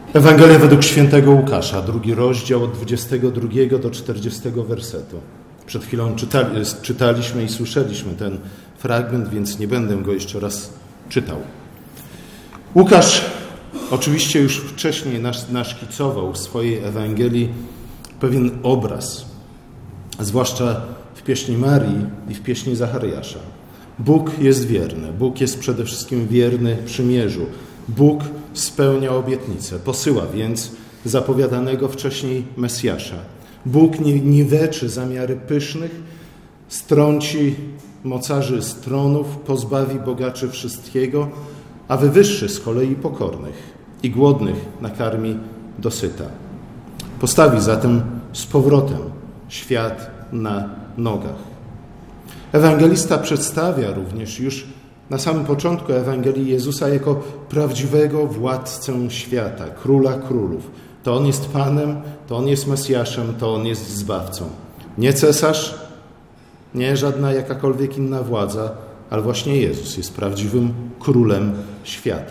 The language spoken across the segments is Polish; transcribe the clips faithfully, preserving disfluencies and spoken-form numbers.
Ewangelia według świętego Łukasza, drugi rozdział od dwudziestego drugiego do czterdziestego wersetu. Przed chwilą czytali, czytaliśmy i słyszeliśmy ten fragment, więc nie będę go jeszcze raz czytał. Łukasz oczywiście już wcześniej naszkicował w swojej Ewangelii pewien obraz, zwłaszcza w pieśni Marii i w pieśni Zachariasza. Bóg jest wierny, Bóg jest przede wszystkim wierny przymierzu. Bóg spełnia obietnicę, posyła więc zapowiadanego wcześniej Mesjasza. Bóg niweczy zamiary pysznych, strąci mocarzy z tronów, pozbawi bogaczy wszystkiego, a wywyższy z kolei pokornych i głodnych nakarmi dosyta. Postawi zatem z powrotem świat na nogach. Ewangelista przedstawia również już na samym początku Ewangelii Jezusa jako prawdziwego władcę świata, króla królów. To On jest Panem, to On jest Mesjaszem, to On jest Zbawcą. Nie cesarz, nie żadna jakakolwiek inna władza, ale właśnie Jezus jest prawdziwym królem świata.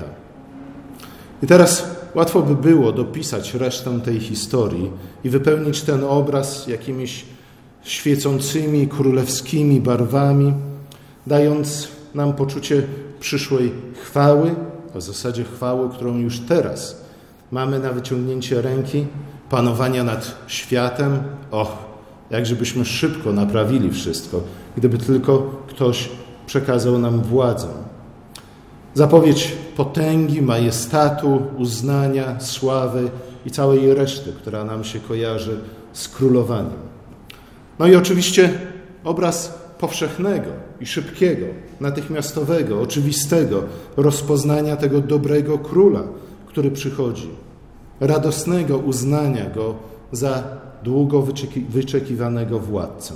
I teraz łatwo by było dopisać resztę tej historii i wypełnić ten obraz jakimiś świecącymi, królewskimi barwami, dając nam poczucie przyszłej chwały, a w zasadzie chwały, którą już teraz mamy na wyciągnięcie ręki, panowania nad światem. Och, jakżebyśmy szybko naprawili wszystko, gdyby tylko ktoś przekazał nam władzę. Zapowiedź potęgi, majestatu, uznania, sławy i całej reszty, która nam się kojarzy z królowaniem. No i oczywiście obraz powszechnego i szybkiego, natychmiastowego, oczywistego rozpoznania tego dobrego króla, który przychodzi, radosnego uznania go za długo wyczekiwanego władcę.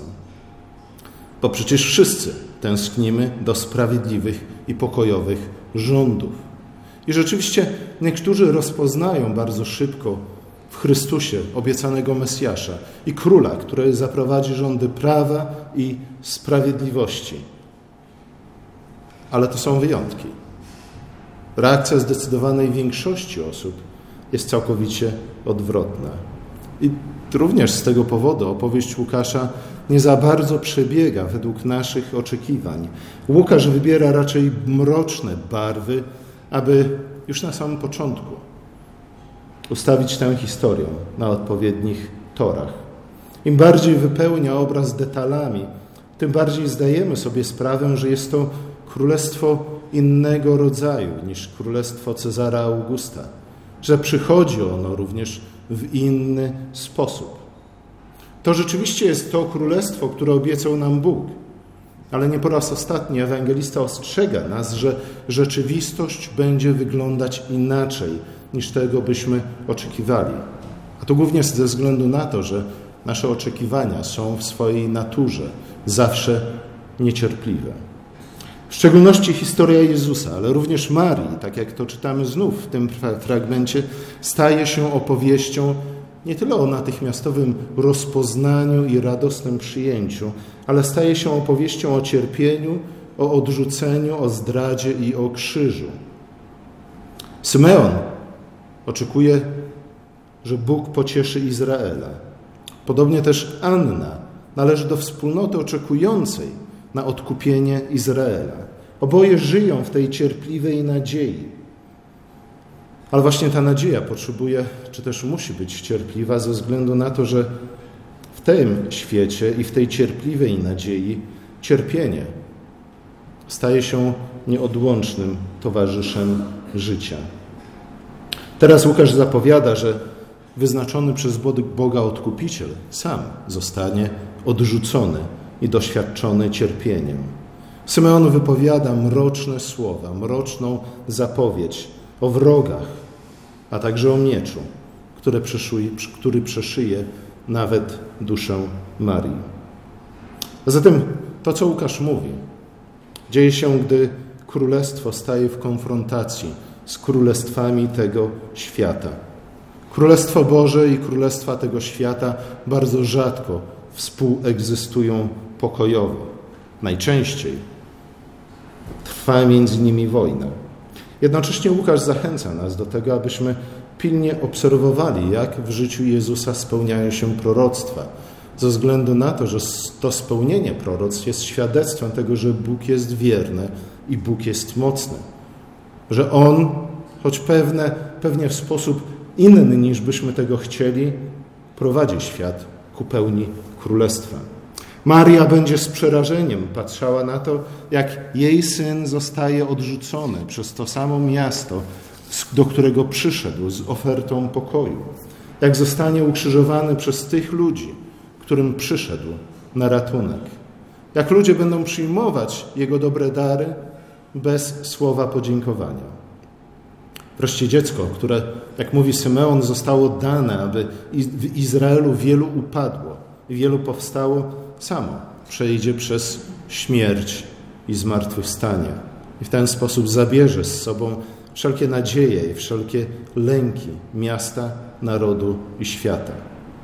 Bo przecież wszyscy tęsknimy do sprawiedliwych i pokojowych rządów. I rzeczywiście niektórzy rozpoznają bardzo szybko w Chrystusie obiecanego Mesjasza i króla, który zaprowadzi rządy prawa i sprawiedliwości. Ale to są wyjątki. Reakcja zdecydowanej większości osób jest całkowicie odwrotna. I również z tego powodu opowieść Łukasza nie za bardzo przebiega według naszych oczekiwań. Łukasz wybiera raczej mroczne barwy, aby już na samym początku ustawić tę historię na odpowiednich torach. Im bardziej wypełnia obraz detalami, tym bardziej zdajemy sobie sprawę, że jest to królestwo innego rodzaju niż królestwo Cezara Augusta, że przychodzi ono również w inny sposób. To rzeczywiście jest to królestwo, które obiecał nam Bóg, ale nie po raz ostatni ewangelista ostrzega nas, że rzeczywistość będzie wyglądać inaczej niż tego byśmy oczekiwali. A to głównie ze względu na to, że nasze oczekiwania są w swojej naturze zawsze niecierpliwe. W szczególności historia Jezusa, ale również Marii, tak jak to czytamy znów w tym fragmencie, staje się opowieścią nie tyle o natychmiastowym rozpoznaniu i radosnym przyjęciu, ale staje się opowieścią o cierpieniu, o odrzuceniu, o zdradzie i o krzyżu. Symeon oczekuje, że Bóg pocieszy Izraela. Podobnie też Anna należy do wspólnoty oczekującej na odkupienie Izraela. Oboje żyją w tej cierpliwej nadziei. Ale właśnie ta nadzieja potrzebuje, czy też musi być cierpliwa ze względu na to, że w tym świecie i w tej cierpliwej nadziei cierpienie staje się nieodłącznym towarzyszem życia. Teraz Łukasz zapowiada, że wyznaczony przez Boga odkupiciel sam zostanie odrzucony i doświadczony cierpieniem. Symeon wypowiada mroczne słowa, mroczną zapowiedź o wrogach, a także o mieczu, który przeszyje, który przeszyje nawet duszę Marii. A zatem to, co Łukasz mówi, dzieje się, gdy królestwo staje w konfrontacji z królestwami tego świata. Królestwo Boże i królestwa tego świata bardzo rzadko współegzystują pokojowo. Najczęściej trwa między nimi wojna. Jednocześnie Łukasz zachęca nas do tego, abyśmy pilnie obserwowali, jak w życiu Jezusa spełniają się proroctwa, ze względu na to, że to spełnienie proroctw jest świadectwem tego, że Bóg jest wierny i Bóg jest mocny. Że On, choć pewne, pewnie w sposób inny niż byśmy tego chcieli, prowadzi świat ku pełni Królestwa. Maria będzie z przerażeniem patrzała na to, jak jej syn zostaje odrzucony przez to samo miasto, do którego przyszedł z ofertą pokoju. Jak zostanie ukrzyżowany przez tych ludzi, którym przyszedł na ratunek. Jak ludzie będą przyjmować Jego dobre dary bez słowa podziękowania. Wreszcie dziecko, które, jak mówi Symeon, zostało dane, aby w Izraelu wielu upadło i wielu powstało, samo przejdzie przez śmierć i zmartwychwstanie. I w ten sposób zabierze z sobą wszelkie nadzieje i wszelkie lęki miasta, narodu i świata.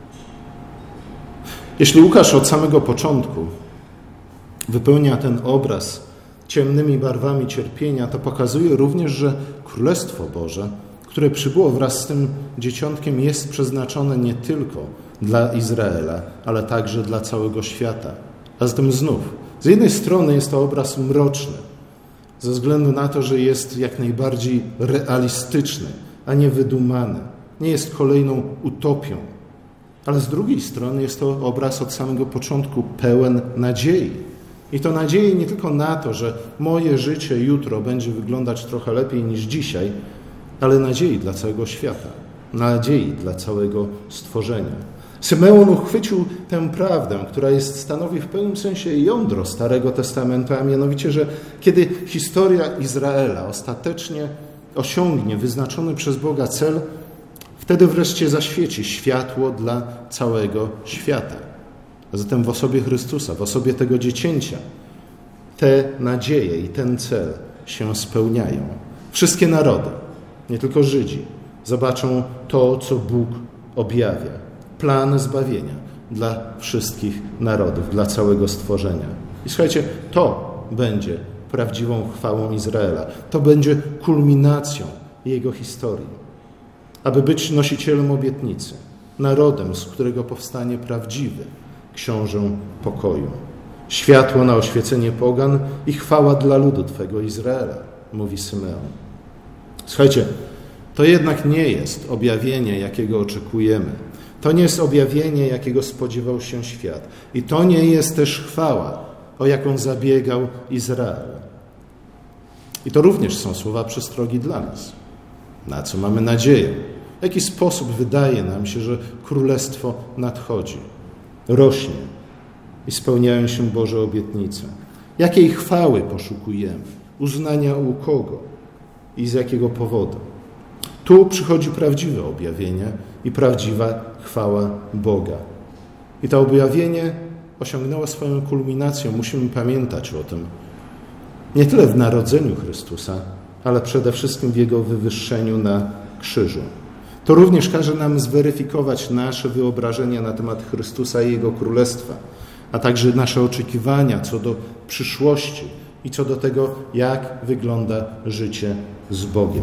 Jeśli Łukasz od samego początku wypełnia ten obraz ciemnymi barwami cierpienia, to pokazuje również, że Królestwo Boże, które przybyło wraz z tym dzieciątkiem, jest przeznaczone nie tylko dla Izraela, ale także dla całego świata. A zatem znów, z jednej strony jest to obraz mroczny, ze względu na to, że jest jak najbardziej realistyczny, a nie wydumany. Nie jest kolejną utopią. Ale z drugiej strony jest to obraz od samego początku pełen nadziei. I to nadziei nie tylko na to, że moje życie jutro będzie wyglądać trochę lepiej niż dzisiaj, ale nadziei dla całego świata, nadziei dla całego stworzenia. Symeon uchwycił tę prawdę, która jest, stanowi w pewnym sensie jądro Starego Testamentu, a mianowicie, że kiedy historia Izraela ostatecznie osiągnie wyznaczony przez Boga cel, wtedy wreszcie zaświeci światło dla całego świata. A zatem w osobie Chrystusa, w osobie tego dziecięcia, te nadzieje i ten cel się spełniają. Wszystkie narody, nie tylko Żydzi, zobaczą to, co Bóg objawia. Plan zbawienia dla wszystkich narodów, dla całego stworzenia. I słuchajcie, to będzie prawdziwą chwałą Izraela. To będzie kulminacją jego historii. Aby być nosicielem obietnicy, narodem, z którego powstanie prawdziwy książę pokoju. Światło na oświecenie pogan i chwała dla ludu Twego Izraela, mówi Symeon. Słuchajcie, to jednak nie jest objawienie, jakiego oczekujemy. To nie jest objawienie, jakiego spodziewał się świat. I to nie jest też chwała, o jaką zabiegał Izrael. I to również są słowa przestrogi dla nas. Na co mamy nadzieję? W jaki sposób wydaje nam się, że królestwo nadchodzi, rośnie i spełniają się Boże obietnice? Jakiej chwały poszukujemy? Uznania u kogo? I z jakiego powodu? Tu przychodzi prawdziwe objawienie i prawdziwa chwała Boga. I to objawienie osiągnęło swoją kulminację. Musimy pamiętać o tym. Nie tyle w narodzeniu Chrystusa, ale przede wszystkim w Jego wywyższeniu na krzyżu. To również każe nam zweryfikować nasze wyobrażenia na temat Chrystusa i Jego Królestwa, a także nasze oczekiwania co do przyszłości i co do tego, jak wygląda życie z Bogiem.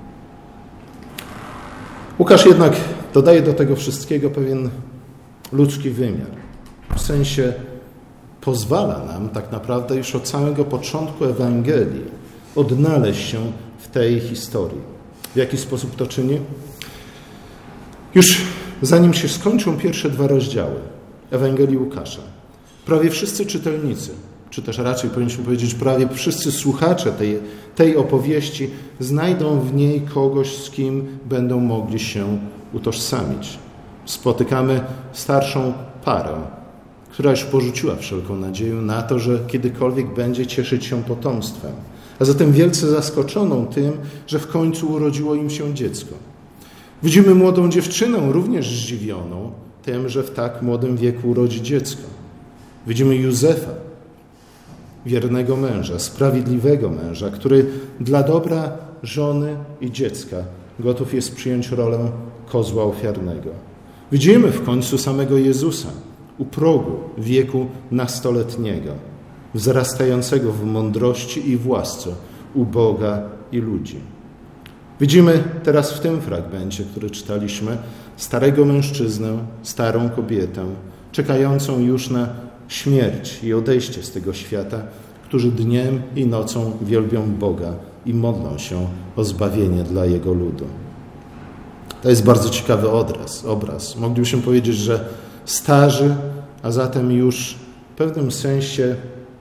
Łukasz jednak dodaje do tego wszystkiego pewien ludzki wymiar. W sensie pozwala nam tak naprawdę już od samego początku Ewangelii odnaleźć się w tej historii. W jaki sposób to czyni? Już zanim się skończą pierwsze dwa rozdziały Ewangelii Łukasza, prawie wszyscy czytelnicy, czy też raczej powinniśmy powiedzieć prawie wszyscy słuchacze tej, tej opowieści znajdą w niej kogoś, z kim będą mogli się utożsamić. Spotykamy starszą parę, która już porzuciła wszelką nadzieję na to, że kiedykolwiek będzie cieszyć się potomstwem, a zatem wielce zaskoczoną tym, że w końcu urodziło im się dziecko. Widzimy młodą dziewczynę, również zdziwioną tym, że w tak młodym wieku urodzi dziecko. Widzimy Józefa, wiernego męża, sprawiedliwego męża, który dla dobra żony i dziecka gotów jest przyjąć rolę kozła ofiarnego. Widzimy w końcu samego Jezusa u progu wieku nastoletniego, wzrastającego w mądrości i w łasce u Boga i ludzi. Widzimy teraz w tym fragmencie, który czytaliśmy, starego mężczyznę, starą kobietę, czekającą już na śmierć i odejście z tego świata, którzy dniem i nocą wielbią Boga i modlą się o zbawienie dla Jego ludu. To jest bardzo ciekawy obraz. obraz. Moglibyśmy powiedzieć, że starzy, a zatem już w pewnym sensie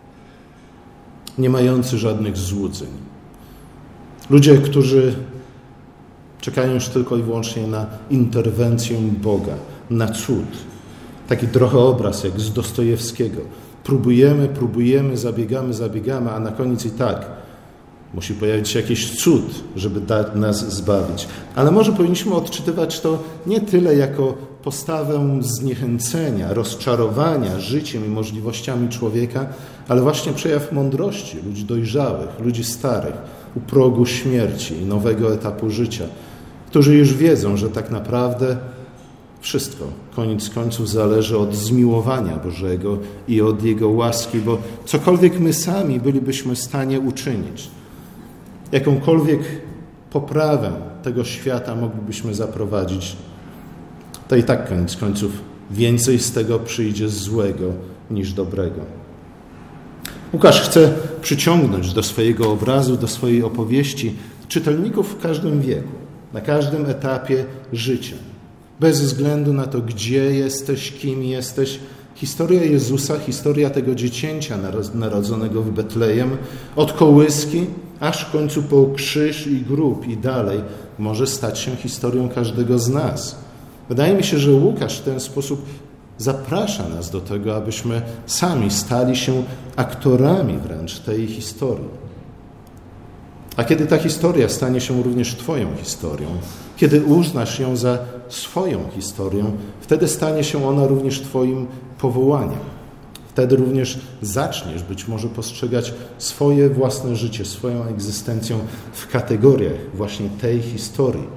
nie mający żadnych złudzeń. Ludzie, którzy czekają już tylko i wyłącznie na interwencję Boga, na cud. Taki trochę obraz jak z Dostojewskiego. Próbujemy, próbujemy, zabiegamy, zabiegamy, a na koniec i tak musi pojawić się jakiś cud, żeby dać nas zbawić. Ale może powinniśmy odczytywać to nie tyle jako postawę zniechęcenia, rozczarowania życiem i możliwościami człowieka, ale właśnie przejaw mądrości ludzi dojrzałych, ludzi starych, u progu śmierci i nowego etapu życia, którzy już wiedzą, że tak naprawdę wszystko, koniec końców, zależy od zmiłowania Bożego i od Jego łaski, bo cokolwiek my sami bylibyśmy w stanie uczynić, jakąkolwiek poprawę tego świata moglibyśmy zaprowadzić, to i tak koniec końców więcej z tego przyjdzie złego niż dobrego. Łukasz chce przyciągnąć do swojego obrazu, do swojej opowieści czytelników w każdym wieku, na każdym etapie życia. Bez względu na to, gdzie jesteś, kim jesteś. Historia Jezusa, historia tego dziecięcia narodzonego w Betlejem, od kołyski aż w końcu po krzyż i grób i dalej, może stać się historią każdego z nas. Wydaje mi się, że Łukasz w ten sposób zaprasza nas do tego, abyśmy sami stali się aktorami wręcz tej historii. A kiedy ta historia stanie się również Twoją historią, kiedy uznasz ją za swoją historię, wtedy stanie się ona również Twoim powołaniem. Wtedy również zaczniesz być może postrzegać swoje własne życie, swoją egzystencję w kategoriach właśnie tej historii.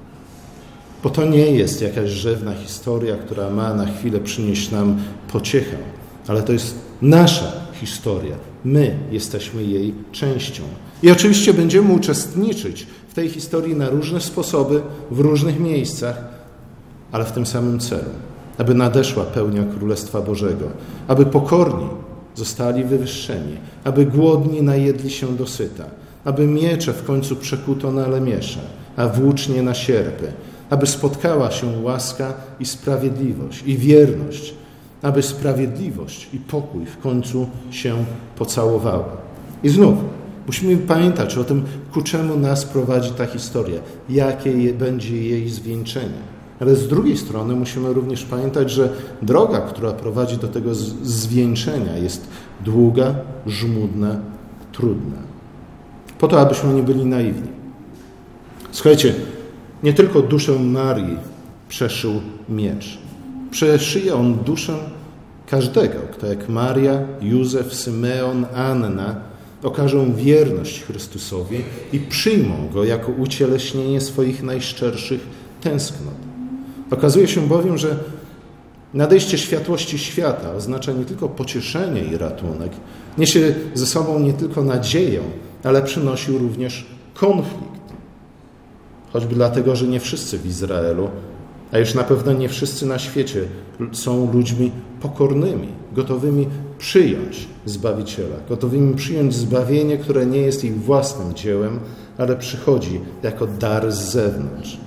Bo to nie jest jakaś rzewna historia, która ma na chwilę przynieść nam pociechę, ale to jest nasza historia. My jesteśmy jej częścią. I oczywiście będziemy uczestniczyć w tej historii na różne sposoby, w różnych miejscach, ale w tym samym celu. Aby nadeszła pełnia Królestwa Bożego, aby pokorni zostali wywyższeni, aby głodni najedli się dosyta, aby miecze w końcu przekuto na lemiesze, a włócznie na sierpy, aby spotkała się łaska i sprawiedliwość i wierność, aby sprawiedliwość i pokój w końcu się pocałowały. I znów musimy pamiętać o tym, ku czemu nas prowadzi ta historia, jakie będzie jej zwieńczenie. Ale z drugiej strony musimy również pamiętać, że droga, która prowadzi do tego zwieńczenia, jest długa, żmudna, trudna. Po to, abyśmy nie byli naiwni. Słuchajcie, nie tylko duszę Marii przeszył miecz. Przeszyje on duszę każdego, kto jak Maria, Józef, Symeon, Anna okażą wierność Chrystusowi i przyjmą Go jako ucieleśnienie swoich najszczerszych tęsknot. Okazuje się bowiem, że nadejście światłości świata oznacza nie tylko pocieszenie i ratunek, niesie ze sobą nie tylko nadzieję, ale przynosi również konflikt. Choćby dlatego, że nie wszyscy w Izraelu, a już na pewno nie wszyscy na świecie są ludźmi pokornymi, gotowymi przyjąć Zbawiciela, gotowymi przyjąć zbawienie, które nie jest ich własnym dziełem, ale przychodzi jako dar z zewnątrz.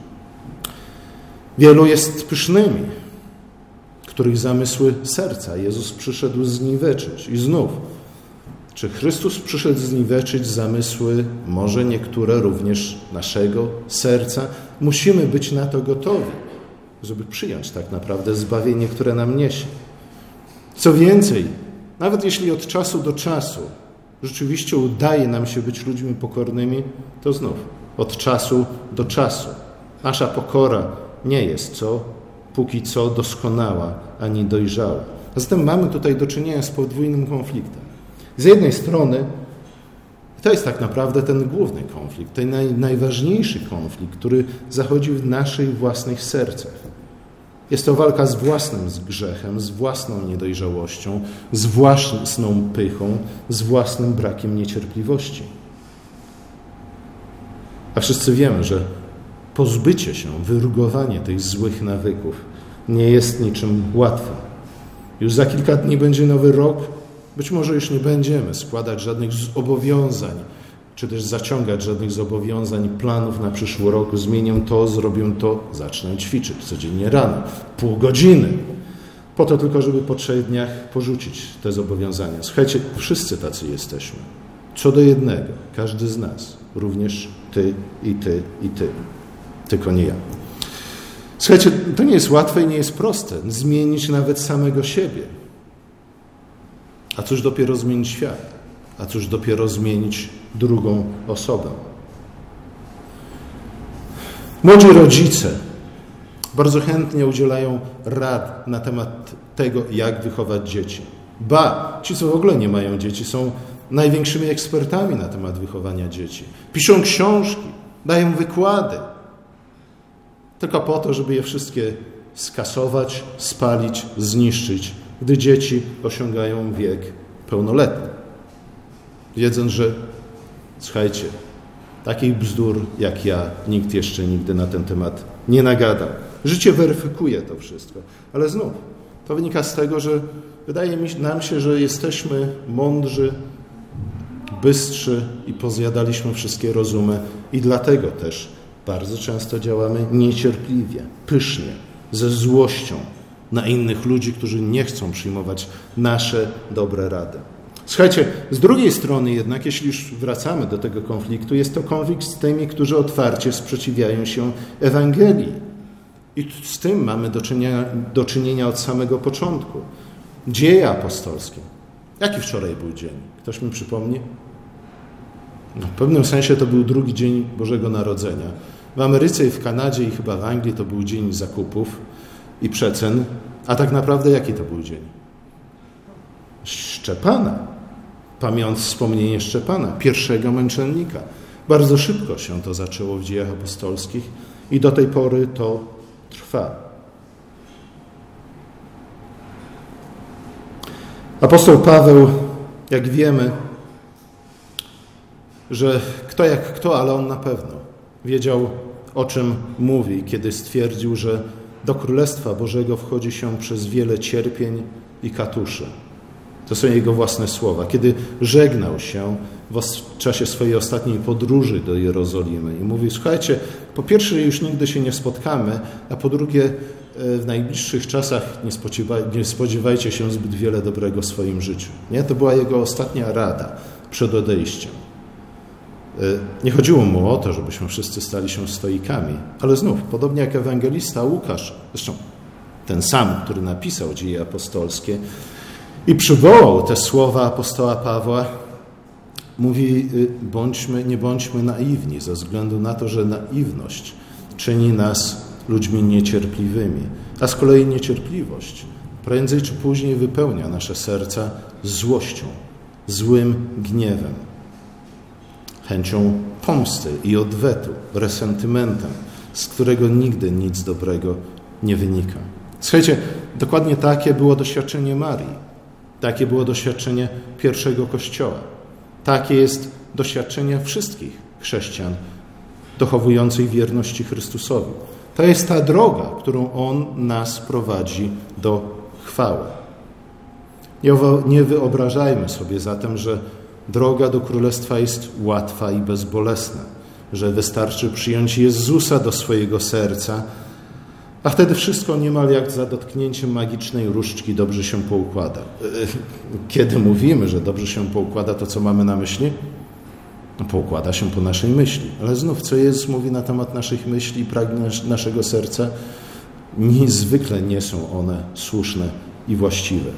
Wielu jest pysznymi, których zamysły serca Jezus przyszedł zniweczyć. I znów, czy Chrystus przyszedł zniweczyć zamysły, może niektóre również naszego serca? Musimy być na to gotowi, żeby przyjąć tak naprawdę zbawienie, które nam niesie. Co więcej, nawet jeśli od czasu do czasu rzeczywiście udaje nam się być ludźmi pokornymi, to znów od czasu do czasu nasza pokora nie jest co, póki co doskonała ani dojrzała. A zatem mamy tutaj do czynienia z podwójnym konfliktem. Z jednej strony to jest tak naprawdę ten główny konflikt, ten naj, najważniejszy konflikt, który zachodzi w naszych własnych sercach. Jest to walka z własnym grzechem, z własną niedojrzałością, z własną pychą, z własnym brakiem niecierpliwości. A wszyscy wiemy, że pozbycie się, wyrugowanie tych złych nawyków nie jest niczym łatwym. Już za kilka dni będzie nowy rok. Być może już nie będziemy składać żadnych zobowiązań, czy też zaciągać żadnych zobowiązań, planów na przyszły rok. Zmienię to, zrobię to, zacznę ćwiczyć codziennie rano, pół godziny. Po to tylko, żeby po trzech dniach porzucić te zobowiązania. Słuchajcie, wszyscy tacy jesteśmy. Co do jednego, każdy z nas, również ty i ty i ty. Tylko nie ja. Słuchajcie, to nie jest łatwe i nie jest proste. Zmienić nawet samego siebie. A cóż dopiero zmienić świat? A cóż dopiero zmienić drugą osobę? Młodzi rodzice bardzo chętnie udzielają rad na temat tego, jak wychować dzieci. Ba, ci, co w ogóle nie mają dzieci, są największymi ekspertami na temat wychowania dzieci. Piszą książki, dają wykłady. Tylko po to, żeby je wszystkie skasować, spalić, zniszczyć, gdy dzieci osiągają wiek pełnoletni. Wiedząc, że, słuchajcie, takich bzdur jak ja nikt jeszcze nigdy na ten temat nie nagadał. Życie weryfikuje to wszystko. Ale znów, to wynika z tego, że wydaje mi nam się, że jesteśmy mądrzy, bystrzy i pozjadaliśmy wszystkie rozumy i dlatego też bardzo często działamy niecierpliwie, pysznie, ze złością na innych ludzi, którzy nie chcą przyjmować nasze dobre rady. Słuchajcie, z drugiej strony jednak, jeśli już wracamy do tego konfliktu, jest to konflikt z tymi, którzy otwarcie sprzeciwiają się Ewangelii. I z tym mamy do czynienia, do czynienia od samego początku. Dzieje apostolskie. Jaki wczoraj był dzień? Ktoś mi przypomni? No, w pewnym sensie to był drugi dzień Bożego Narodzenia. W Ameryce i w Kanadzie i chyba w Anglii to był dzień zakupów i przecen. A tak naprawdę jaki to był dzień? Szczepana. Pamiąc wspomnienie Szczepana, pierwszego męczennika. Bardzo szybko się to zaczęło w dziejach apostolskich i do tej pory to trwa. Apostoł Paweł, jak wiemy, że kto jak kto, ale on na pewno wiedział, o czym mówi, kiedy stwierdził, że do Królestwa Bożego wchodzi się przez wiele cierpień i katuszy. To są jego własne słowa. Kiedy żegnał się w czasie swojej ostatniej podróży do Jerozolimy i mówi, słuchajcie, po pierwsze już nigdy się nie spotkamy, a po drugie w najbliższych czasach nie, spodziewaj, nie spodziewajcie się zbyt wiele dobrego w swoim życiu. Nie? To była jego ostatnia rada przed odejściem. Nie chodziło mu o to, żebyśmy wszyscy stali się stoikami, ale znów, podobnie jak ewangelista Łukasz, zresztą ten sam, który napisał Dzieje apostolskie i przywołał te słowa apostoła Pawła, mówi, bądźmy, nie bądźmy naiwni, ze względu na to, że naiwność czyni nas ludźmi niecierpliwymi, a z kolei niecierpliwość prędzej czy później wypełnia nasze serca złością, złym gniewem, chęcią pomsty i odwetu, resentymentem, z którego nigdy nic dobrego nie wynika. Słuchajcie, dokładnie takie było doświadczenie Marii. Takie było doświadczenie pierwszego Kościoła. Takie jest doświadczenie wszystkich chrześcijan dochowujących wierności Chrystusowi. To jest ta droga, którą On nas prowadzi do chwały. Nie wyobrażajmy sobie zatem, że droga do Królestwa jest łatwa i bezbolesna, że wystarczy przyjąć Jezusa do swojego serca, a wtedy wszystko niemal jak za dotknięciem magicznej różdżki dobrze się poukłada. Kiedy mówimy, że dobrze się poukłada, to co mamy na myśli? No, poukłada się po naszej myśli. Ale znów, co Jezus mówi na temat naszych myśli i pragnień naszego serca? Niezwykle nie są one słuszne i właściwe.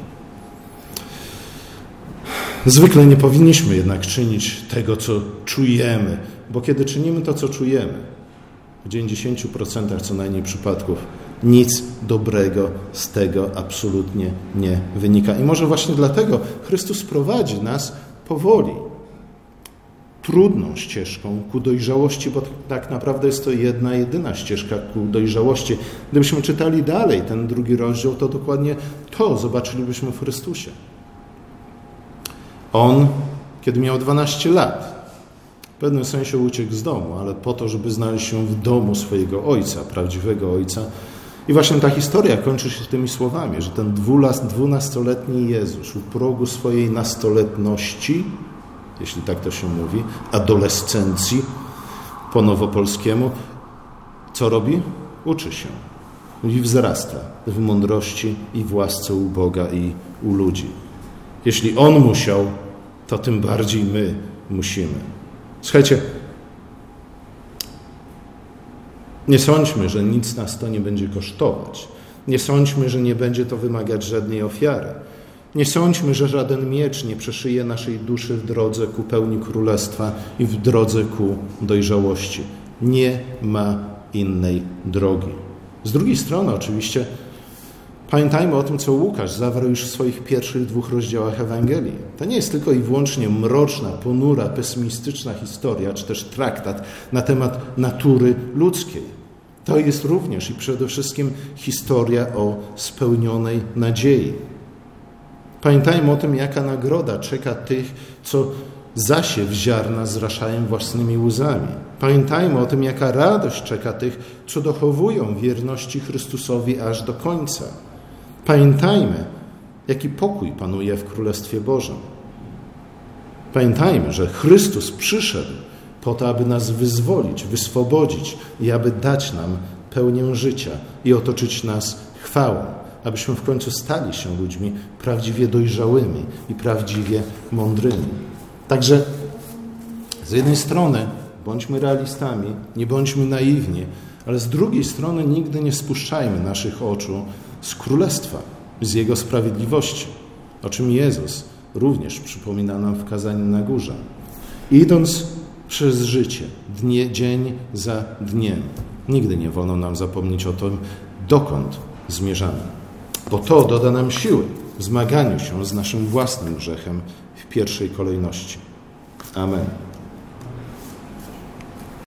Zwykle nie powinniśmy jednak czynić tego, co czujemy, bo kiedy czynimy to, co czujemy, w dziewięćdziesięciu procentach co najmniej przypadków nic dobrego z tego absolutnie nie wynika. I może właśnie dlatego Chrystus prowadzi nas powoli, trudną ścieżką ku dojrzałości, bo tak naprawdę jest to jedna, jedyna ścieżka ku dojrzałości. Gdybyśmy czytali dalej ten drugi rozdział, to dokładnie to zobaczylibyśmy w Chrystusie. On, kiedy miał dwanaście lat, pewnym sensie uciekł z domu, ale po to, żeby znaleźć się w domu swojego ojca, prawdziwego ojca. I właśnie ta historia kończy się tymi słowami, że ten dwunastoletni Jezus u progu swojej nastoletności, jeśli tak to się mówi, adolescencji po nowopolskiemu, co robi? Uczy się i wzrasta w mądrości i w łasce u Boga i u ludzi. Jeśli On musiał, to tym bardziej my musimy. Słuchajcie, nie sądźmy, że nic nas to nie będzie kosztować. Nie sądźmy, że nie będzie to wymagać żadnej ofiary. Nie sądźmy, że żaden miecz nie przeszyje naszej duszy w drodze ku pełni królestwa i w drodze ku dojrzałości. Nie ma innej drogi. Z drugiej strony oczywiście pamiętajmy o tym, co Łukasz zawarł już w swoich pierwszych dwóch rozdziałach Ewangelii. To nie jest tylko i wyłącznie mroczna, ponura, pesymistyczna historia, czy też traktat na temat natury ludzkiej. To jest również i przede wszystkim historia o spełnionej nadziei. Pamiętajmy o tym, jaka nagroda czeka tych, co zasiew ziarna zraszają własnymi łzami. Pamiętajmy o tym, jaka radość czeka tych, co dochowują wierności Chrystusowi aż do końca. Pamiętajmy, jaki pokój panuje w Królestwie Bożym. Pamiętajmy, że Chrystus przyszedł po to, aby nas wyzwolić, wyswobodzić i aby dać nam pełnię życia i otoczyć nas chwałą, abyśmy w końcu stali się ludźmi prawdziwie dojrzałymi i prawdziwie mądrymi. Także z jednej strony bądźmy realistami, nie bądźmy naiwni, ale z drugiej strony nigdy nie spuszczajmy naszych oczu z Królestwa, z Jego sprawiedliwości, o czym Jezus również przypomina nam w kazaniu na górze. Idąc przez życie, dnie, dzień za dniem, nigdy nie wolno nam zapomnieć o tym, dokąd zmierzamy, bo to doda nam siły w zmaganiu się z naszym własnym grzechem w pierwszej kolejności. Amen.